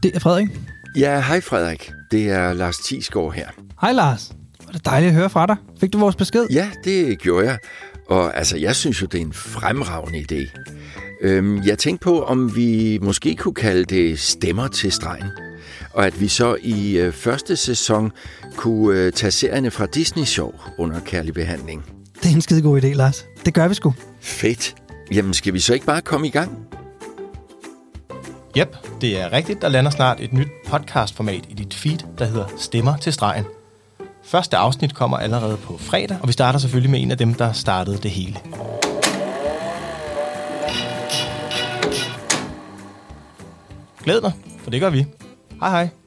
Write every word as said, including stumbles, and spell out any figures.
Det er Frederik. Ja, hej Frederik. Det er Lars Thiesgaard her. Hej Lars. Det er dejligt at høre fra dig. Fik du vores besked? Ja, det gjorde jeg. Og altså, jeg synes jo, det er en fremragende idé. Øhm, jeg tænkte på, om vi måske kunne kalde det Stemmer til stregen. Og at vi så i øh, første sæson kunne øh, tage serierne fra Disney Sjov under kærlig behandling. Det er en skide god idé, Lars. Det gør vi sgu. Fedt. Jamen, skal vi så ikke bare komme i gang? Jep, det er rigtigt. Der lander snart et nyt podcastformat i dit feed, der hedder Stemmer til stregen. Første afsnit kommer allerede på fredag, og vi starter selvfølgelig med en af dem, der startede det hele. Glæd dig, for det gør vi. Hej hej.